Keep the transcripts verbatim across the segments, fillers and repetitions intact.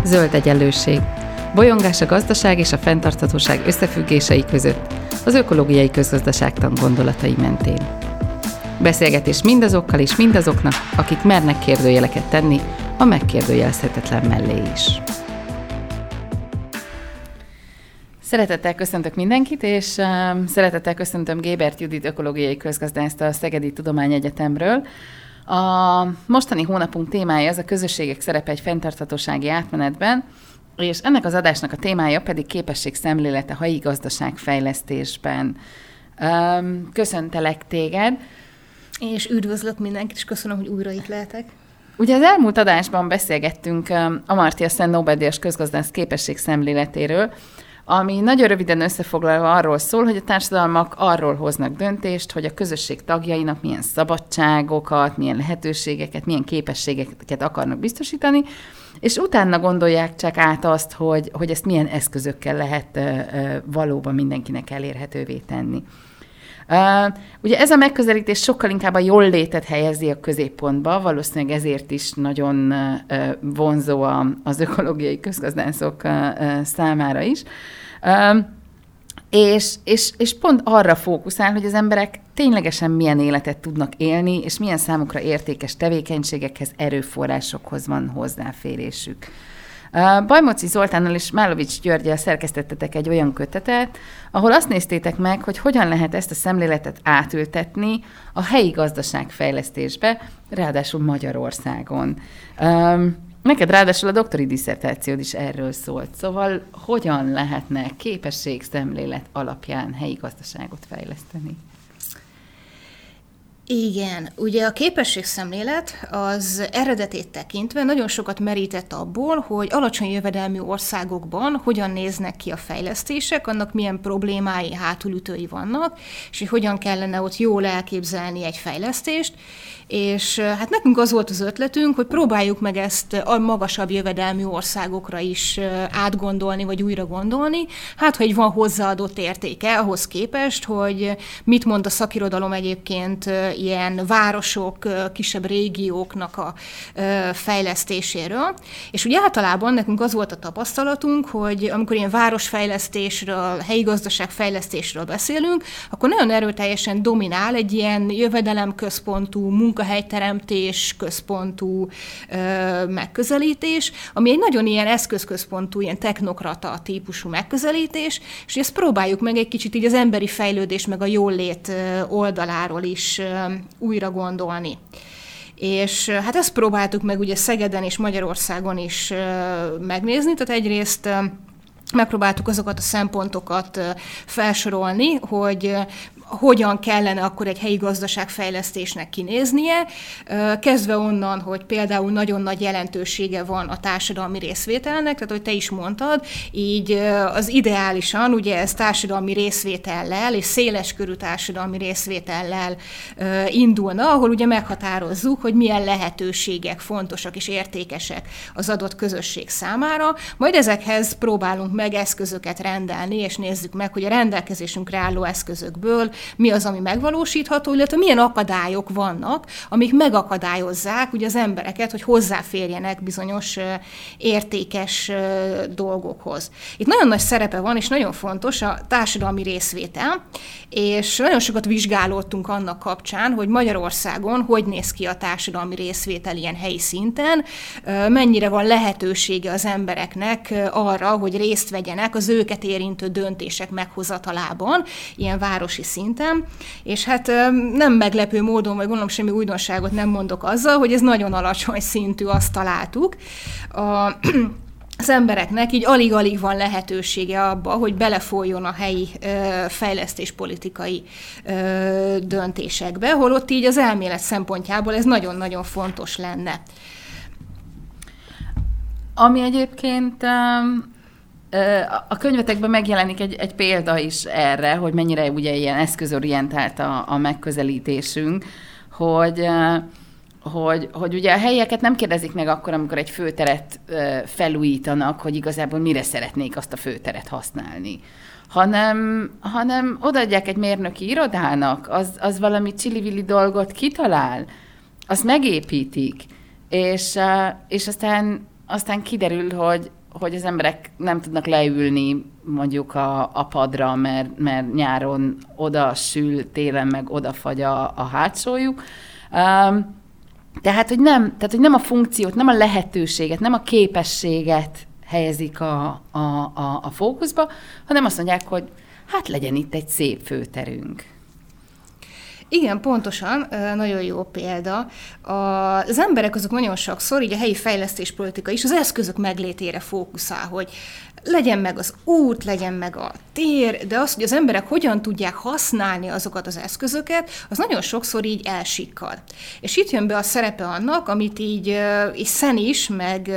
Zöld egyenlőség. Bolyongás a gazdaság és a fenntarthatóság összefüggései között, az ökológiai közgazdaságtan gondolatai mentén. Beszélgetés mindazokkal és mindazoknak, akik mernek kérdőjeleket tenni a megkérdőjelezhetetlen mellé is. Szeretettel köszöntök mindenkit, és um, szeretettel köszöntöm Gébert Judit ökológiai közgazdászt a Szegedi Tudományegyetemről. A mostani hónapunk témája az a közösségek szerepe egy fenntarthatósági átmenetben, és ennek az adásnak a témája pedig képességszemlélet a helyi gazdaságfejlesztésben. Um, köszöntelek téged. És üdvözlök mindenkit, és köszönöm, hogy újra itt lehetek. Ugye az elmúlt adásban beszélgettünk um, Amartya Sen Nobel-díjas közgazdász képességszemléletéről, ami nagyon röviden összefoglalva arról szól, hogy a társadalmak arról hoznak döntést, hogy a közösség tagjainak milyen szabadságokat, milyen lehetőségeket, milyen képességeket akarnak biztosítani, és utána gondolják csak át azt, hogy, hogy ezt milyen eszközökkel lehet uh, uh, valóban mindenkinek elérhetővé tenni. Uh, ugye ez a megközelítés sokkal inkább a jól létet helyezi a középpontba, valószínűleg ezért is nagyon uh, vonzó a, az ökológiai közgazdászok uh, uh, számára is. Uh, és, és, és pont arra fókuszál, hogy az emberek ténylegesen milyen életet tudnak élni, és milyen számukra értékes tevékenységekhez, erőforrásokhoz van hozzáférésük. Uh, Bajmoci Zoltánnal és Málovics Györggyel szerkesztettetek egy olyan kötetet, ahol azt néztétek meg, hogy hogyan lehet ezt a szemléletet átültetni a helyi gazdaságfejlesztésbe, ráadásul Magyarországon. Um, neked ráadásul a doktori disszertációd is erről szólt, szóval hogyan lehetne képességszemlélet alapján helyi gazdaságot fejleszteni? Igen, ugye a képességszemlélet az eredetét tekintve nagyon sokat merített abból, hogy alacsony jövedelmű országokban hogyan néznek ki a fejlesztések, annak milyen problémái, hátulütői vannak, és hogy hogyan kellene ott jól elképzelni egy fejlesztést, és hát nekünk az volt az ötletünk, hogy próbáljuk meg ezt a magasabb jövedelmű országokra is átgondolni, vagy újra gondolni, hát hogy van hozzáadott értéke ahhoz képest, hogy mit mond a szakirodalom egyébként ilyen városok, kisebb régióknak a fejlesztéséről. És ugye általában nekünk az volt a tapasztalatunk, hogy amikor ilyen városfejlesztésről, helyi gazdaságfejlesztésről beszélünk, akkor nagyon erőteljesen dominál egy ilyen jövedelemközpontú, munkahelyteremtés központú megközelítés, ami egy nagyon ilyen eszközközpontú, ilyen technokrata típusú megközelítés, és ezt próbáljuk meg egy kicsit így az emberi fejlődés meg a jólét oldaláról is újra gondolni. És hát ezt próbáltuk meg ugye Szegeden és Magyarországon is megnézni, tehát egyrészt megpróbáltuk azokat a szempontokat felsorolni, hogy hogyan kellene akkor egy helyi gazdaságfejlesztésnek kinéznie, kezdve onnan, hogy például nagyon nagy jelentősége van a társadalmi részvételnek, tehát hogy te is mondtad, így az ideálisan ugye ez társadalmi részvétellel és széleskörű társadalmi részvétellel indulna, ahol ugye meghatározzuk, hogy milyen lehetőségek fontosak és értékesek az adott közösség számára, majd ezekhez próbálunk meg eszközöket rendelni, és nézzük meg, hogy a rendelkezésünkre álló eszközökből mi az, ami megvalósítható, illetve milyen akadályok vannak, amik megakadályozzák ugye az embereket, hogy hozzáférjenek bizonyos értékes dolgokhoz. Itt nagyon nagy szerepe van, és nagyon fontos a társadalmi részvétel, és nagyon sokat vizsgálódtunk annak kapcsán, hogy Magyarországon hogy néz ki a társadalmi részvétel ilyen helyi szinten, mennyire van lehetősége az embereknek arra, hogy részt vegyenek az őket érintő döntések meghozatalában, ilyen városi szinten, és hát nem meglepő módon, vagy gondolom semmi újdonságot nem mondok azzal, hogy ez nagyon alacsony szintű, azt találtuk. A az embereknek így alig-alig van lehetősége abba, hogy belefolyjon a helyi ö, fejlesztéspolitikai ö, döntésekbe, holott így az elmélet szempontjából ez nagyon-nagyon fontos lenne. Ami egyébként a könyvetekben megjelenik egy, egy példa is erre, hogy mennyire ugye ilyen eszközorientált a, a megközelítésünk, hogy, hogy, hogy ugye a helyieket nem kérdezik meg akkor, amikor egy főteret felújítanak, hogy igazából mire szeretnék azt a főteret használni, hanem, hanem odaadják egy mérnöki irodának, az, az valami csili-vili dolgot kitalál, azt megépítik, és, és aztán, aztán kiderül, hogy hogy az emberek nem tudnak leülni mondjuk a, a padra, mert, mert nyáron oda sül, télen meg odafagy a, a hátsójuk. Um, tehát, hogy nem, tehát, hogy nem a funkciót, nem a lehetőséget, nem a képességet helyezik a, a, a, a fókuszba, hanem azt mondják, hogy hát legyen itt egy szép főterünk. Igen, pontosan, nagyon jó példa. Az emberek azok nagyon sokszor, így a helyi fejlesztéspolitika is az eszközök meglétére fókuszál, hogy legyen meg az út, legyen meg a tér, de az, hogy az emberek hogyan tudják használni azokat az eszközöket, az nagyon sokszor így elsikkad. És itt jön be a szerepe annak, amit így, így Sen is, meg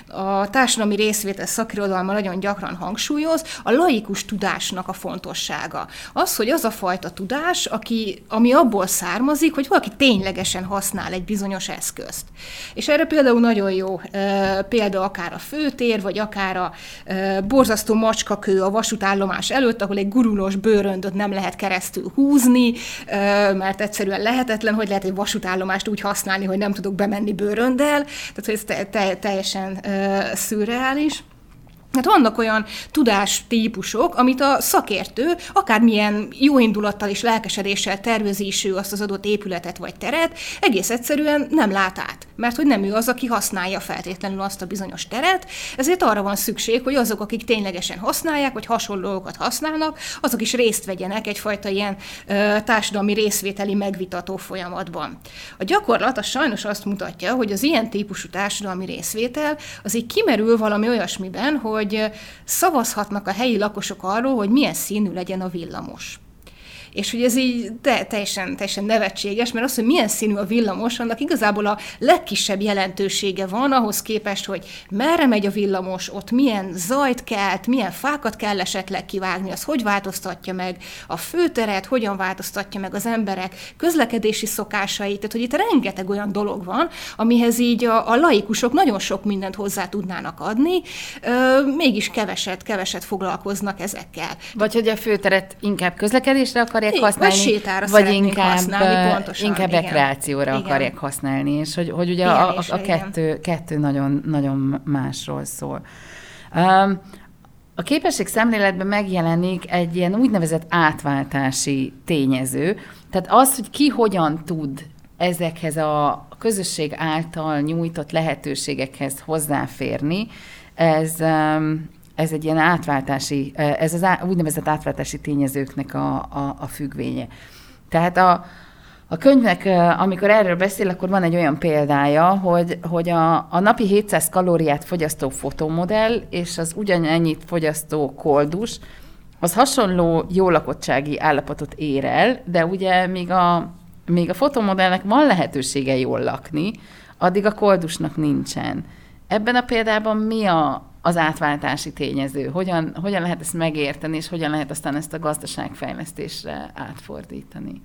a társadalmi részvétel szakirodalma nagyon gyakran hangsúlyoz, a laikus tudásnak a fontossága. Az, hogy az a fajta tudás, aki, ami abból származik, hogy valaki ténylegesen használ egy bizonyos eszközt. És erre például nagyon jó példa akár a főtér, vagy akár a borzasztó macskakő a vasútállomás előtt, ahol egy gurulós bőröndöt nem lehet keresztül húzni, mert egyszerűen lehetetlen, hogy lehet egy vasútállomást úgy használni, hogy nem tudok bemenni bőrönddel, tehát hogy ez te- te- teljesen szürreális. Hát vannak olyan tudástípusok, amit a szakértő akármilyen jóindulattal és lelkesedéssel tervezi is ő azt az adott épületet vagy teret, egész egyszerűen nem lát át, mert hogy nem ő az, aki használja feltétlenül azt a bizonyos teret, ezért arra van szükség, hogy azok, akik ténylegesen használják, vagy hasonló dolgokat használnak, azok is részt vegyenek egyfajta ilyen ö, társadalmi részvételi megvitató folyamatban. A gyakorlat az sajnos azt mutatja, hogy az ilyen típusú társadalmi részvétel az így kimerül valami olyasmiben, hogy hogy szavazhatnak a helyi lakosok arról, hogy milyen színű legyen a villamos. És hogy ez így te, teljesen, teljesen nevetséges, mert az, hogy milyen színű a villamos, annak igazából a legkisebb jelentősége van ahhoz képest, hogy merre megy a villamos, ott milyen zajt kelt, milyen fákat kell esetleg kivágni, az hogy változtatja meg a főteret, hogyan változtatja meg az emberek közlekedési szokásait, tehát hogy itt rengeteg olyan dolog van, amihez így a, a laikusok nagyon sok mindent hozzá tudnának adni, euh, mégis keveset, keveset foglalkoznak ezekkel. Vagy hogy a főteret inkább közlekedésre akar használni, vagy sétára vagy inkább, használni, pontosan, inkább igen. rekreációra igen. akarják használni, és hogy, hogy ugye a, a, a kettő, kettő nagyon, nagyon másról szól. Um, a képességszemléletben megjelenik egy ilyen úgynevezett átváltási tényező, tehát az, hogy ki hogyan tud ezekhez a közösség által nyújtott lehetőségekhez hozzáférni, ez... Um, Ez egy ilyen átváltási, ez az á, úgynevezett átváltási tényezőknek a, a, a függvénye. Tehát a, a könyvnek, amikor erről beszél, akkor van egy olyan példája, hogy, hogy a, a napi hétszáz kalóriát fogyasztó fotómodell és az ugyanennyit fogyasztó koldus, az hasonló jó lakottsági állapotot ér el, de ugye még a, még a fotómodellnek van lehetősége jól lakni, addig a koldusnak nincsen. Ebben a példában mi a az átváltási tényező? Hogyan, hogyan lehet ezt megérteni, és hogyan lehet aztán ezt a gazdaságfejlesztésre átfordítani?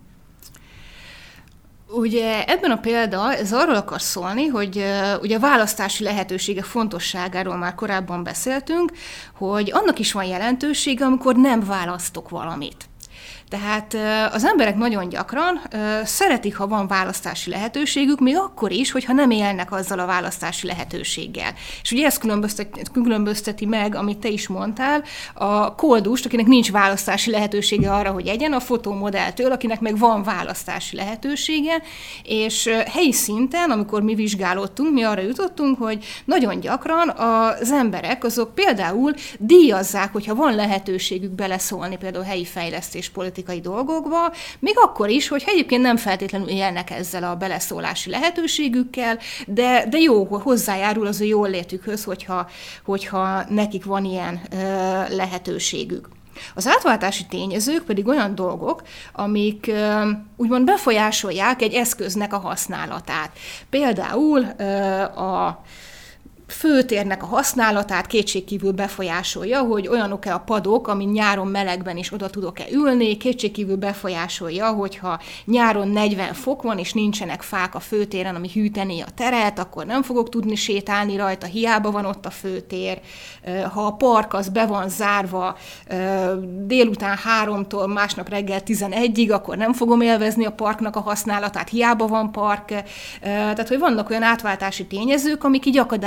Ugye ebben a példa ez arról akar szólni, hogy uh, ugye a választási lehetőségek fontosságáról már korábban beszéltünk, hogy annak is van jelentősége, amikor nem választok valamit. Tehát az emberek nagyon gyakran szeretik, ha van választási lehetőségük, még akkor is, hogyha nem élnek azzal a választási lehetőséggel. És ugye ez különbözteti, különbözteti meg, amit te is mondtál, a koldust, akinek nincs választási lehetősége arra, hogy egyen, a fotómodelltől, akinek meg van választási lehetősége, és helyi szinten, amikor mi vizsgálódtunk, mi arra jutottunk, hogy nagyon gyakran az emberek azok például díjazzák, hogyha van lehetőségük beleszólni például helyi fejlesztéspolitikai dolgokba, még akkor is, hogy egyébként nem feltétlenül élnek ezzel a beleszólási lehetőségükkel, de, de jó, hozzájárul az ő jól létükhöz, hogyha, hogyha nekik van ilyen ö, lehetőségük. Az átváltási tényezők pedig olyan dolgok, amik ö, úgymond befolyásolják egy eszköznek a használatát. Például ö, a főtérnek a használatát kétségkívül befolyásolja, hogy olyanok-e a padok, amin nyáron melegben is oda tudok-e ülni, kétségkívül befolyásolja, hogyha nyáron negyven fok van, és nincsenek fák a főtéren, ami hűtené a teret, akkor nem fogok tudni sétálni rajta, hiába van ott a főtér. Ha a park az be van zárva délután háromtól másnap reggel tizenegyig, akkor nem fogom élvezni a parknak a használatát, hiába van park. Tehát, hogy vannak olyan átváltási tényezők, amik így akadályoznak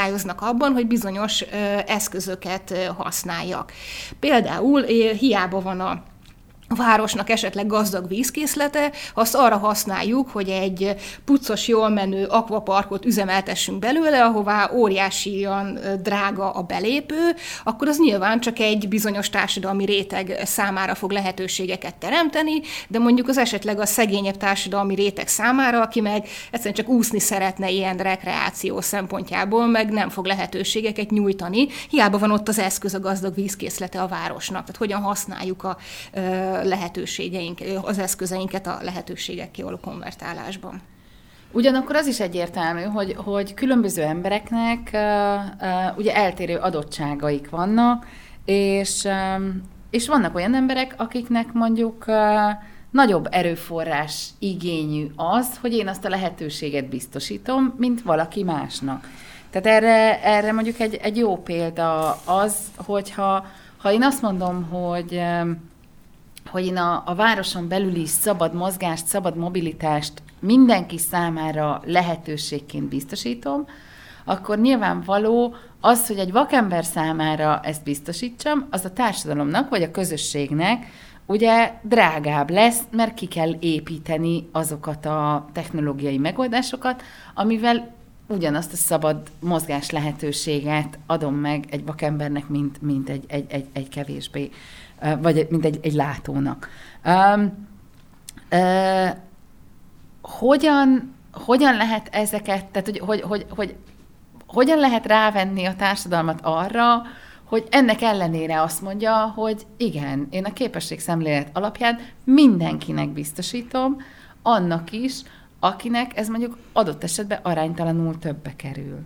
abban, hogy bizonyos eszközöket használjak. Például hiába van a a városnak esetleg gazdag vízkészlete, ha azt arra használjuk, hogy egy puccos, jól menő akvaparkot üzemeltessünk belőle, ahová óriásian drága a belépő, akkor az nyilván csak egy bizonyos társadalmi réteg számára fog lehetőségeket teremteni, de mondjuk az esetleg a szegényebb társadalmi réteg számára, aki meg egyszerűen csak úszni szeretne ilyen rekreáció szempontjából, meg nem fog lehetőségeket nyújtani. Hiába van ott az eszköz, a gazdag vízkészlete a városnak. Tehát hogyan használjuk a lehetőségeink, az eszközeinket a lehetőségekké való konvertálásban. Ugyanakkor az is egyértelmű, hogy, hogy különböző embereknek uh, uh, ugye eltérő adottságaik vannak, és, um, és vannak olyan emberek, akiknek mondjuk uh, nagyobb erőforrás igényű az, hogy én azt a lehetőséget biztosítom, mint valaki másnak. Tehát erre, erre mondjuk egy, egy jó példa az, hogyha ha én azt mondom, hogy um, hogy én a, a városon belüli szabad mozgást, szabad mobilitást mindenki számára lehetőségként biztosítom, akkor nyilvánvaló az, hogy egy vakember számára ezt biztosítsam, az a társadalomnak vagy a közösségnek ugye drágább lesz, mert ki kell építeni azokat a technológiai megoldásokat, amivel ugyanazt a szabad mozgás lehetőséget adom meg egy vakembernek, mint, mint egy, egy, egy, egy kevésbé, vagy mint egy, egy látónak. Um, uh, hogyan, hogyan lehet ezeket, tehát hogy, hogy, hogy, hogy hogyan lehet rávenni a társadalmat arra, hogy ennek ellenére azt mondja, hogy igen, én a képességszemlélet alapján mindenkinek biztosítom, annak is, akinek ez mondjuk adott esetben aránytalanul többe kerül.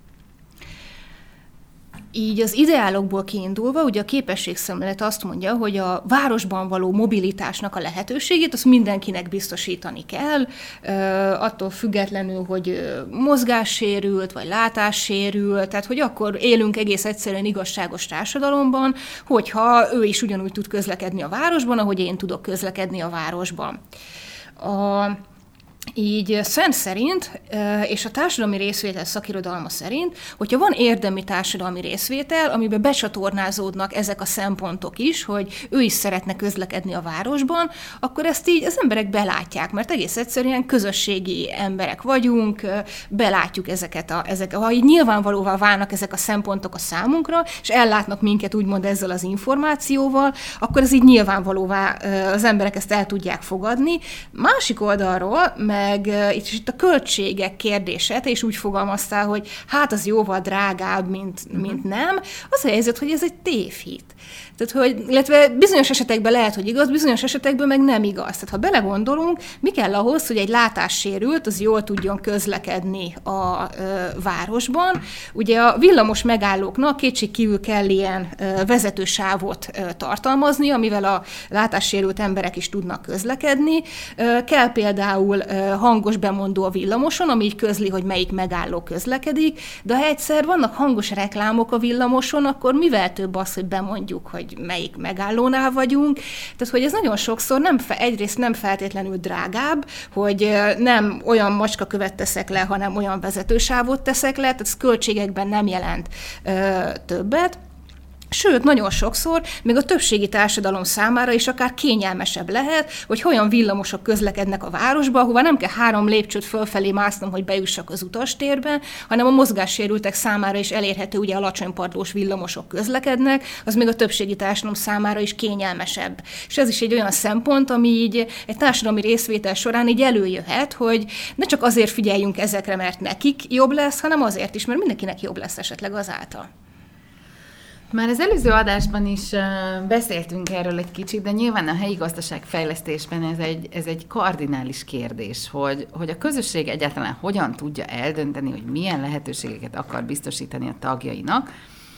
Így az ideálokból kiindulva, ugye a képességszemlélet azt mondja, hogy a városban való mobilitásnak a lehetőségét azt mindenkinek biztosítani kell, attól függetlenül, hogy mozgássérült, vagy látássérült, tehát hogy akkor élünk egész egyszerűen igazságos társadalomban, hogyha ő is ugyanúgy tud közlekedni a városban, ahogy én tudok közlekedni a városban. A Így Szent szerint, és a társadalmi részvétel szakirodalma szerint, hogyha van érdemi társadalmi részvétel, amiben becsatornázódnak ezek a szempontok is, hogy ő is szeretne közlekedni a városban, akkor ezt így az emberek belátják, mert egész egyszerűen közösségi emberek vagyunk, belátjuk ezeket a, ezek, ha így nyilvánvalóvá válnak ezek a szempontok a számunkra, és ellátnak minket úgymond ezzel az információval, akkor ez így nyilvánvalóvá az emberek ezt el tudják fogadni. Másik oldalról, meg itt, itt a költségek kérdése, te is úgy fogalmaztál, hogy hát az jóval drágább, mint, uh-huh. mint nem. Az a helyzet, hogy ez egy tévhit. Tehát, hogy, illetve bizonyos esetekben lehet, hogy igaz, bizonyos esetekben meg nem igaz. Tehát, ha belegondolunk, mi kell ahhoz, hogy egy látássérült, az jól tudjon közlekedni a ö, városban. Ugye a villamos megállóknak kétségkívül kell ilyen ö, vezetősávot ö, tartalmazni, amivel a látássérült emberek is tudnak közlekedni. Ö, kell például ö, hangos bemondó a villamoson, ami így közli, hogy melyik megálló közlekedik, de ha egyszer vannak hangos reklámok a villamoson, akkor mivel több az, hogy bemondjuk, hogy melyik megállónál vagyunk. Tehát, hogy ez nagyon sokszor nem fe, egyrészt nem feltétlenül drágább, hogy nem olyan macskakövet teszek le, hanem olyan vezetősávot teszek le, tehát ez költségekben nem jelent ö, többet. Sőt, nagyon sokszor, még a többségi társadalom számára is akár kényelmesebb lehet, hogy olyan villamosok közlekednek a városba, ahová nem kell három lépcsőt fölfelé másznom, hogy bejussak az utastérbe, hanem a mozgássérültek számára is elérhető, ugye alacsonypadlós villamosok közlekednek, az még a többségi társadalom számára is kényelmesebb. És ez is egy olyan szempont, ami így egy társadalmi részvétel során így előjöhet, hogy ne csak azért figyeljünk ezekre, mert nekik jobb lesz, hanem azért is, mert mindenkinek jobb lesz esetleg azáltal. Már az előző adásban is uh, beszéltünk erről egy kicsit, de nyilván a helyi gazdaságfejlesztésben ez egy, ez egy kardinális kérdés, hogy, hogy a közösség egyáltalán hogyan tudja eldönteni, hogy milyen lehetőségeket akar biztosítani a tagjainak.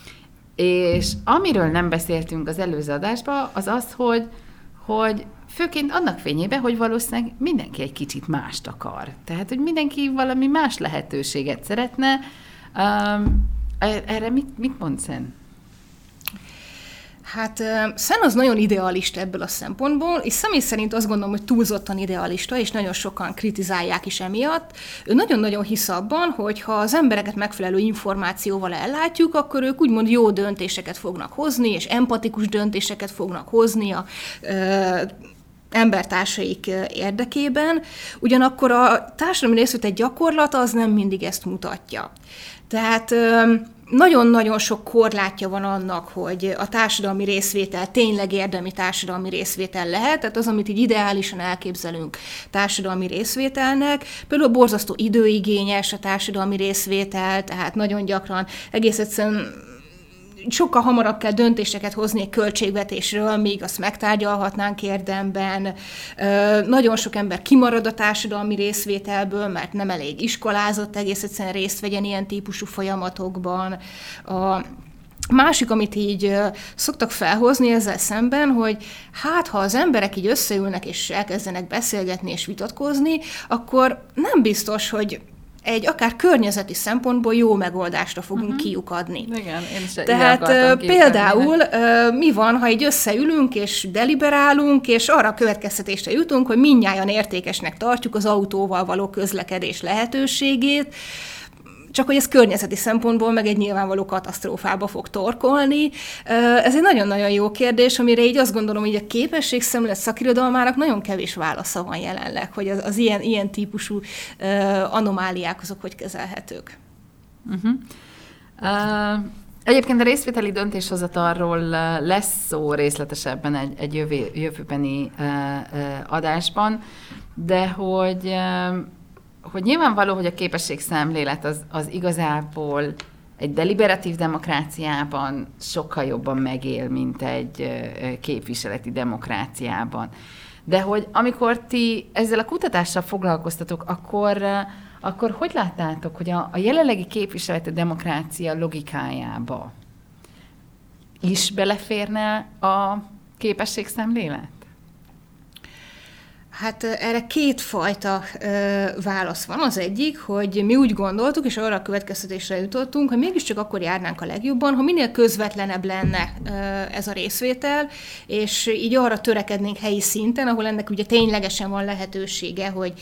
És amiről nem beszéltünk az előző adásban, az az, hogy, hogy főként annak fényében, hogy valószínűleg mindenki egy kicsit mást akar. Tehát, hogy mindenki valami más lehetőséget szeretne. Um, erre mit, mit mondsz, Szen? Hát Sen az nagyon idealista ebből a szempontból, és személy szerint azt gondolom, hogy túlzottan idealista, és nagyon sokan kritizálják is emiatt. Ő nagyon-nagyon hisz abban, hogy ha az embereket megfelelő információval ellátjuk, akkor ők úgymond jó döntéseket fognak hozni, és empatikus döntéseket fognak hozni a ö, embertársaik érdekében. Ugyanakkor a társadalmi részvétel gyakorlata az nem mindig ezt mutatja. Tehát ö, nagyon-nagyon sok korlátja van annak, hogy a társadalmi részvétel tényleg érdemi társadalmi részvétel lehet, tehát az, amit így ideálisan elképzelünk társadalmi részvételnek, például borzasztó időigényes a társadalmi részvétel, tehát nagyon gyakran egész egyszerűen sokkal hamarabb kell döntéseket hozni egy költségvetésről, míg azt megtárgyalhatnánk érdemben. Nagyon sok ember kimarad a társadalmi részvételből, mert nem elég iskolázott egész egyszerűen részt vegyen ilyen típusú folyamatokban. A másik, amit így szoktak felhozni ezzel szemben, hogy hát, ha az emberek így összeülnek és elkezdenek beszélgetni és vitatkozni, akkor nem biztos, hogy egy akár környezeti szempontból jó megoldásra fogunk uh-huh. kiukadni. Igen, én is Tehát például mi van, ha így összeülünk és deliberálunk, és arra a következtetésre jutunk, hogy mindnyájan értékesnek tartjuk az autóval való közlekedés lehetőségét, csak hogy ez környezeti szempontból meg egy nyilvánvaló katasztrófába fog torkolni. Ez egy nagyon-nagyon jó kérdés, amire így azt gondolom, hogy a képességszemlélet szakirodalmának nagyon kevés válasza van jelenleg, hogy az, az ilyen, ilyen típusú anomáliák azok hogy kezelhetők. Uh-huh. Uh, egyébként a részvételi döntéshozatalról lesz szó részletesebben egy, egy jövő, jövőbeni uh, uh, adásban, de hogy... Uh, hogy nyilvánvaló, hogy a képességszemlélet az, az igazából egy deliberatív demokráciában sokkal jobban megél, mint egy képviseleti demokráciában. De hogy amikor ti ezzel a kutatással foglalkoztatok, akkor, akkor hogy láttátok, hogy a, a jelenlegi képviseleti demokrácia logikájába is beleférne a képességszemlélet? Hát erre kétfajta ö, válasz van. Az egyik, hogy mi úgy gondoltuk, és arra a következtetésre jutottunk, hogy mégiscsak akkor járnánk a legjobban, ha minél közvetlenebb lenne ö, ez a részvétel, és így arra törekednénk helyi szinten, ahol ennek ugye ténylegesen van lehetősége, hogy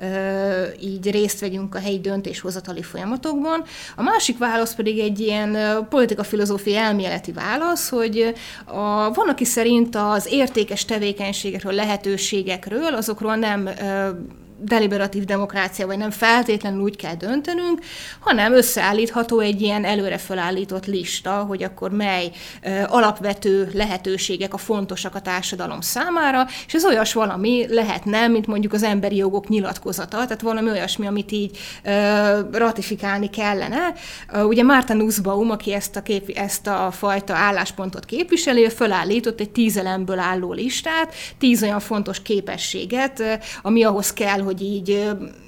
ö, így részt vegyünk a helyi döntéshozatali folyamatokban. A másik válasz pedig egy ilyen politika-filozófiai elméleti válasz, hogy a, van, aki szerint az értékes tevékenységekről, lehetőségekről, azokról nem ö, deliberatív demokrácia, vagy nem feltétlenül úgy kell döntenünk, hanem összeállítható egy ilyen előre felállított lista, hogy akkor mely ö, alapvető lehetőségek a fontosak a társadalom számára, és ez olyas valami lehetne, mint mondjuk az emberi jogok nyilatkozata, tehát valami olyasmi, amit így ö, ratifikálni kellene. Ö, ugye Martha Nussbaum, aki ezt a, kép, ezt a fajta álláspontot képviseli, fölállított egy tíz elemből álló listát, tíz olyan fontos képességet, ami ahhoz kell, hogy így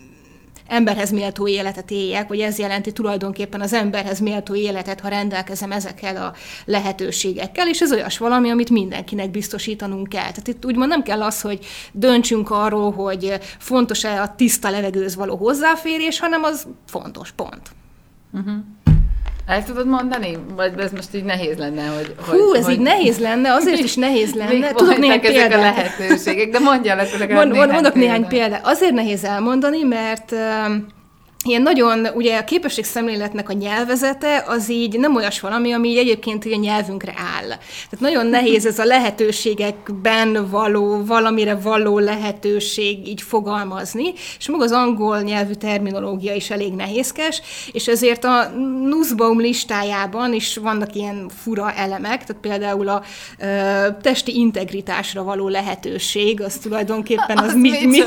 emberhez méltó életet éljek, vagy ez jelenti tulajdonképpen az emberhez méltó életet, ha rendelkezem ezekkel a lehetőségekkel, és ez olyas valami, amit mindenkinek biztosítanunk kell. Tehát itt úgymond nem kell az, hogy döntsünk arról, hogy fontos-e a tiszta levegőhöz való hozzáférés, hanem az fontos, pont. Uh-huh. El tudod mondani? Vagy ez most így nehéz lenne, hogy... Hú, hogy, ez hogy... így nehéz lenne, azért is nehéz lenne. Tudok néhány példát. Ezek a lehetőségek, de mondjál akkor legalább Mond, néhány Mondok példát. néhány példát. Azért nehéz elmondani, mert... Uh, Ilyen nagyon, ugye a képességszemléletnek a nyelvezete az így nem olyas valami, ami így egyébként a nyelvünkre áll. Tehát nagyon nehéz ez a lehetőségekben való, valamire való lehetőség így fogalmazni, és maga az angol nyelvű terminológia is elég nehézkes, és ezért a Nussbaum listájában is vannak ilyen fura elemek, tehát például a ö, testi integritásra való lehetőség, az tulajdonképpen az, az mi, mi,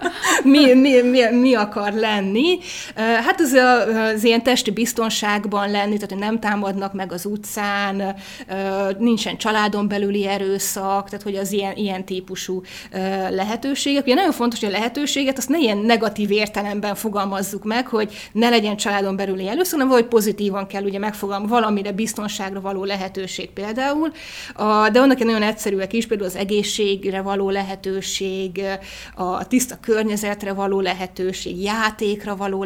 mi, mi, mi, mi akar lenni. Hát az, az ilyen testi biztonságban lenni, tehát hogy nem támadnak meg az utcán, nincsen családon belüli erőszak, tehát hogy az ilyen, ilyen típusú lehetőségek. Ugye nagyon fontos, hogy a lehetőséget azt ne ilyen negatív értelemben fogalmazzuk meg, hogy ne legyen családon belüli erőszak, hanem valahogy pozitívan kell ugye megfogalmazni, valamire biztonságra való lehetőség például. De vannak nagyon egyszerűek is, például az egészségre való lehetőség, a tiszta környezetre való lehetőség, játékra való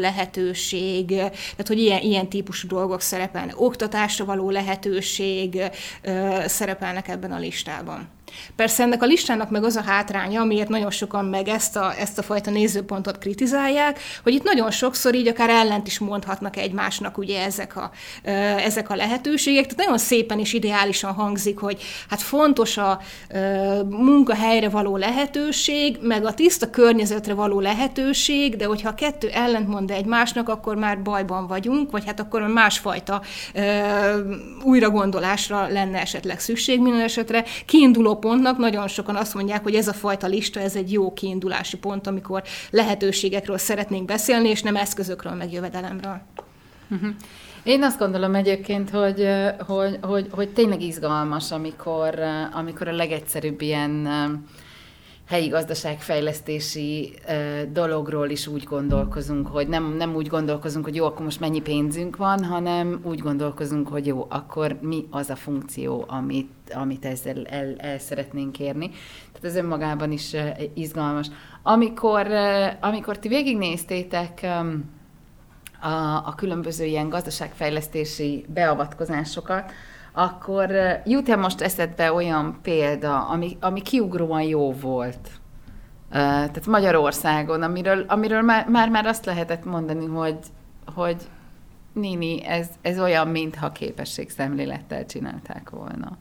lehetőség, tehát hogy ilyen, ilyen típusú dolgok szerepelnek, oktatásra való lehetőség szerepelnek ebben a listában. Persze ennek a listának meg az a hátránya, amiért nagyon sokan meg ezt a, ezt a fajta nézőpontot kritizálják, hogy itt nagyon sokszor így akár ellent is mondhatnak egymásnak ugye ezek a, ezek a lehetőségek. Tehát nagyon szépen és ideálisan hangzik, hogy hát fontos a munkahelyre való lehetőség, meg a tiszta környezetre való lehetőség, de hogyha a kettő ellentmond egymásnak, akkor már bajban vagyunk, vagy hát akkor másfajta újragondolásra lenne esetleg szükség minden esetre. Kiinduló pontnak nagyon sokan azt mondják, hogy ez a fajta lista, ez egy jó kiindulási pont, amikor lehetőségekről szeretnénk beszélni, és nem eszközökről, meg jövedelemről. Én azt gondolom egyébként, hogy, hogy, hogy, hogy tényleg izgalmas, amikor, amikor a legegyszerűbb ilyen helyi gazdaságfejlesztési dologról is úgy gondolkozunk, hogy nem, nem úgy gondolkozunk, hogy jó, akkor most mennyi pénzünk van, hanem úgy gondolkozunk, hogy jó, akkor mi az a funkció, amit, amit ezzel el, el szeretnénk érni. Tehát ez önmagában is izgalmas. Amikor, amikor ti végignéztétek a, a különböző ilyen gazdaságfejlesztési beavatkozásokat, akkor jut-e most eszedbe olyan példa, ami, ami kiugróan jó volt? Uh, tehát Magyarországon, amiről, amiről már, már, már azt lehetett mondani, hogy, hogy Nini, ez, ez olyan, mintha képességszemlélettel csinálták volna.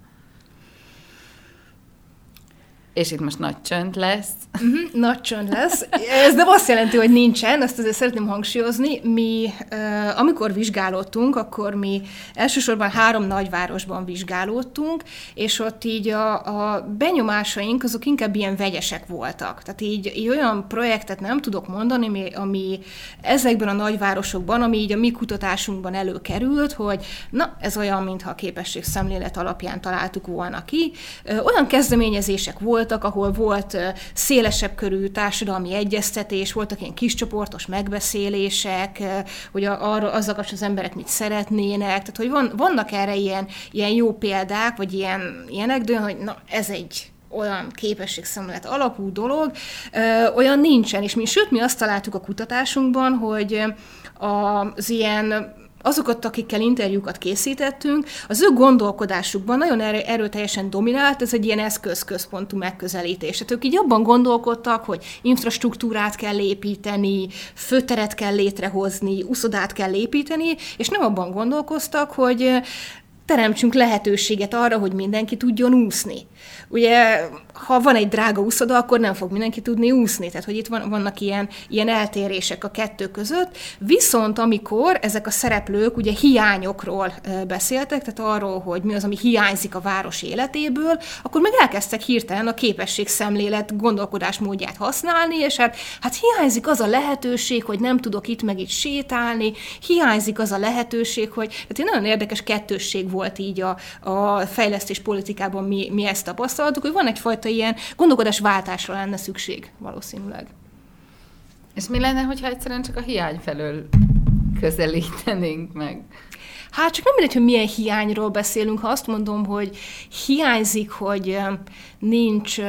És itt most nagy csönd lesz. Uh-huh, nagy csönd lesz. Ez nem azt jelenti, hogy nincsen, ezt azért szeretném hangsúlyozni. Mi, uh, amikor vizsgálódtunk, akkor mi elsősorban három nagyvárosban vizsgálódtunk, és ott így a, a benyomásaink azok inkább ilyen vegyesek voltak. Tehát így, így olyan projektet nem tudok mondani, ami, ami ezekben a nagyvárosokban, ami így a mi kutatásunkban előkerült, hogy na, ez olyan, mintha a képességszemlélet alapján találtuk volna ki. Uh, olyan kezdeményezések voltak, voltak, ahol volt szélesebb körű társadalmi egyeztetés, voltak ilyen kiscsoportos megbeszélések, hogy arra azzal az emberek mit szeretnének, tehát hogy van, vannak erre ilyen, ilyen jó példák, vagy ilyen, ilyenek, de olyan, hogy na, ez egy olyan képességszemlélet alapú dolog, ö, olyan nincsen, és mi, sőt, mi azt találtuk a kutatásunkban, hogy az ilyen azokat, akikkel interjúkat készítettünk, az ő gondolkodásukban nagyon erőteljesen dominált, ez egy ilyen eszközközpontú megközelítés. Tehát ők így abban gondolkodtak, hogy infrastruktúrát kell építeni, főteret kell létrehozni, uszodát kell építeni, és nem abban gondolkoztak, hogy teremtsünk lehetőséget arra, hogy mindenki tudjon úszni. Ugye, ha van egy drága úszoda, akkor nem fog mindenki tudni úszni, tehát hogy itt van, vannak ilyen, ilyen eltérések a kettő között, viszont amikor ezek a szereplők ugye hiányokról beszéltek, tehát arról, hogy mi az, ami hiányzik a város életéből, akkor meg elkezdtek hirtelen a képességszemlélet gondolkodásmódját használni, és hát, hát hiányzik az a lehetőség, hogy nem tudok itt meg itt sétálni, hiányzik az a lehetőség, hogy tehát egy nagyon érdekes kettősség volt így a, a fejlesztés politikában, mi, mi ezt tapasztaltuk, hogy van egyfajta ilyen gondolkodásváltásra lenne szükség valószínűleg. És mi lenne, hogyha egyszerűen csak a hiány felől közelítenénk meg? Hát csak nem mindegy, hogy milyen hiányról beszélünk. Ha azt mondom, hogy hiányzik, hogy nincs...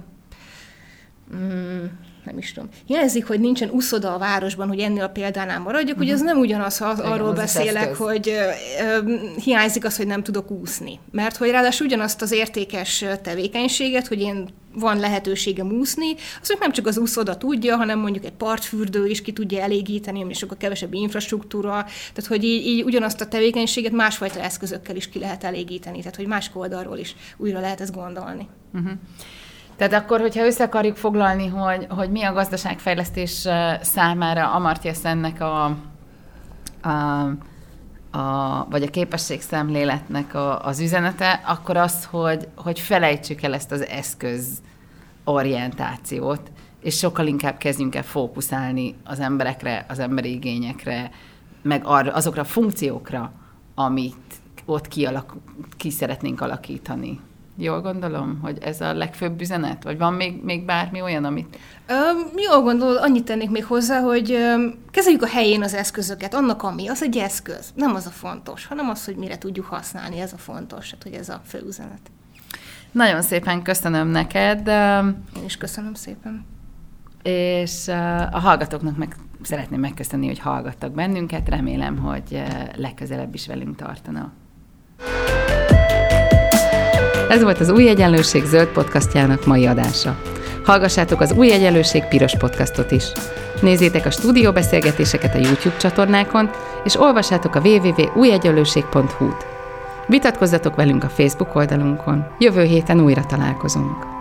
Mm, nem is tudom. Hiányzik, hogy nincsen úszoda a városban, hogy ennél a példánál maradjak, uh-huh. Ugye ez nem ugyanaz, ha az, arról az beszélek, hogy uh, hiányzik az, hogy nem tudok úszni. Mert hogy ráadásul ugyanazt az értékes tevékenységet, hogy én van lehetőségem úszni, az nem csak az úszoda tudja, hanem mondjuk egy partfürdő is ki tudja elégíteni, ami sokkal kevesebb infrastruktúra, tehát hogy így, így ugyanazt a tevékenységet másfajta eszközökkel is ki lehet elégíteni, tehát hogy másik oldalról is újra lehet ezt gondolni. Uh-huh. Tehát akkor, hogyha össze akarjuk foglalni, hogy, hogy mi a gazdaságfejlesztés számára Amartya Sennek a, a, a, vagy a képességszemléletnek a, az üzenete, akkor az, hogy, hogy felejtsük el ezt az eszközorientációt, és sokkal inkább kezdjünk el fókuszálni az emberekre, az emberi igényekre, meg arra, azokra a funkciókra, amit ott kialak, ki szeretnénk alakítani. Jól gondolom, hogy ez a legfőbb üzenet? Vagy van még, még bármi olyan, amit... Um, jól gondolom, annyit tennék még hozzá, hogy um, kezeljük a helyén az eszközöket, annak ami, az egy eszköz. Nem az a fontos, hanem az, hogy mire tudjuk használni, ez a fontos, hát, hogy ez a fő üzenet. Nagyon szépen köszönöm neked. Én is köszönöm szépen. És a hallgatóknak meg szeretném megköszönni, hogy hallgattak bennünket. Remélem, hogy legközelebb is velünk tartanak. Ez volt az Új Egyenlőség zöld podcastjának mai adása. Hallgassátok az Új Egyenlőség piros podcastot is. Nézzétek a stúdióbeszélgetéseket a YouTube csatornákon, és olvassátok a double-u double-u double-u pont új egyenlőség pont hu-t. Vitatkozzatok velünk a Facebook oldalunkon. Jövő héten újra találkozunk.